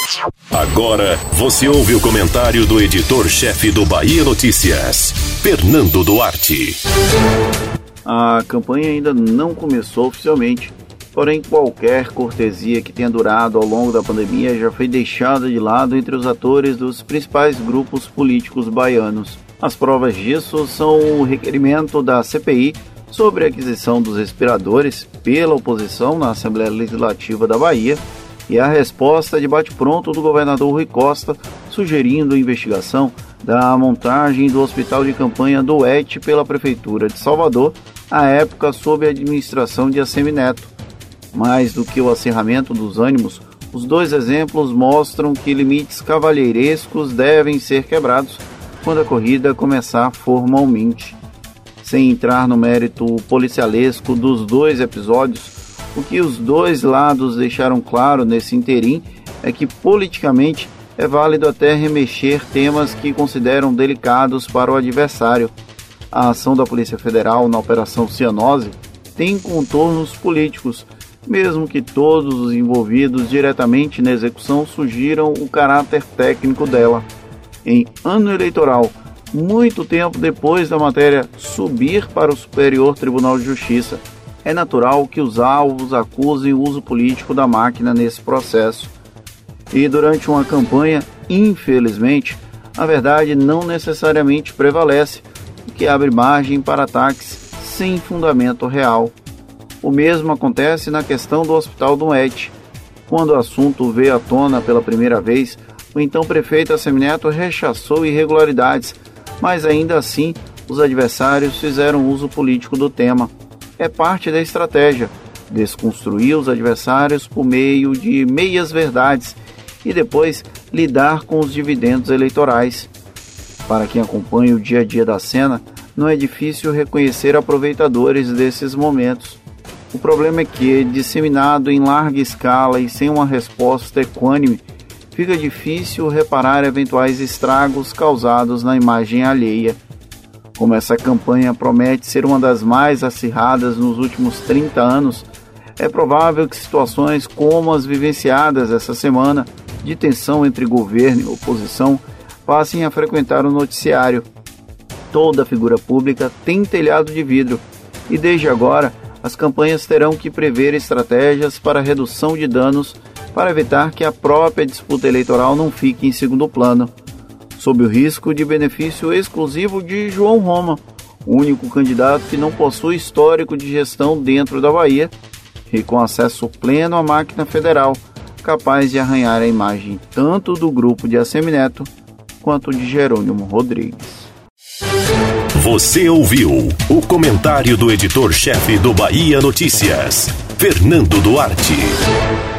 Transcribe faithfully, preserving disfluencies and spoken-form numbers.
Agora você ouve o comentário do editor-chefe do Bahia Notícias, Fernando Duarte. A campanha ainda não começou oficialmente, porém qualquer cortesia que tenha durado ao longo da pandemia já foi deixada de lado entre os atores dos principais grupos políticos baianos. As provas disso são o requerimento da C P I sobre a aquisição dos respiradores pela oposição na Assembleia Legislativa da Bahia e a resposta de bate-pronto do governador Rui Costa sugerindo investigação da montagem do hospital de campanha do U E T pela Prefeitura de Salvador, à época sob a administração de Assemineto. Mais do que o acirramento dos ânimos, os dois exemplos mostram que limites cavalheirescos devem ser quebrados quando a corrida começar formalmente. Sem entrar no mérito policialesco dos dois episódios, o que os dois lados deixaram claro nesse interim é que politicamente é válido até remexer temas que consideram delicados para o adversário. A ação da Polícia Federal na Operação Cianose tem contornos políticos, mesmo que todos os envolvidos diretamente na execução sugiram o caráter técnico dela. Em ano eleitoral, muito tempo depois da matéria subir para o Superior Tribunal de Justiça, é natural que os alvos acusem o uso político da máquina nesse processo. E durante uma campanha, infelizmente, a verdade não necessariamente prevalece, o que abre margem para ataques sem fundamento real. O mesmo acontece na questão do Hospital do U E T. Quando o assunto veio à tona pela primeira vez, o então prefeito Assemineto rechaçou irregularidades, mas ainda assim os adversários fizeram uso político do tema. É parte da estratégia, desconstruir os adversários por meio de meias-verdades e depois lidar com os dividendos eleitorais. Para quem acompanha o dia a dia da cena, não é difícil reconhecer aproveitadores desses momentos. O problema é que, disseminado em larga escala e sem uma resposta equânime, fica difícil reparar eventuais estragos causados na imagem alheia. Como essa campanha promete ser uma das mais acirradas nos últimos trinta anos, é provável que situações como as vivenciadas essa semana, de tensão entre governo e oposição, passem a frequentar o noticiário. Toda figura pública tem telhado de vidro e, desde agora, as campanhas terão que prever estratégias para redução de danos para evitar que a própria disputa eleitoral não fique em segundo plano, sob o risco de benefício exclusivo de João Roma, o único candidato que não possui histórico de gestão dentro da Bahia e com acesso pleno à máquina federal, capaz de arranhar a imagem tanto do grupo de Assemineto quanto de Jerônimo Rodrigues. Você ouviu o comentário do editor-chefe do Bahia Notícias, Fernando Duarte.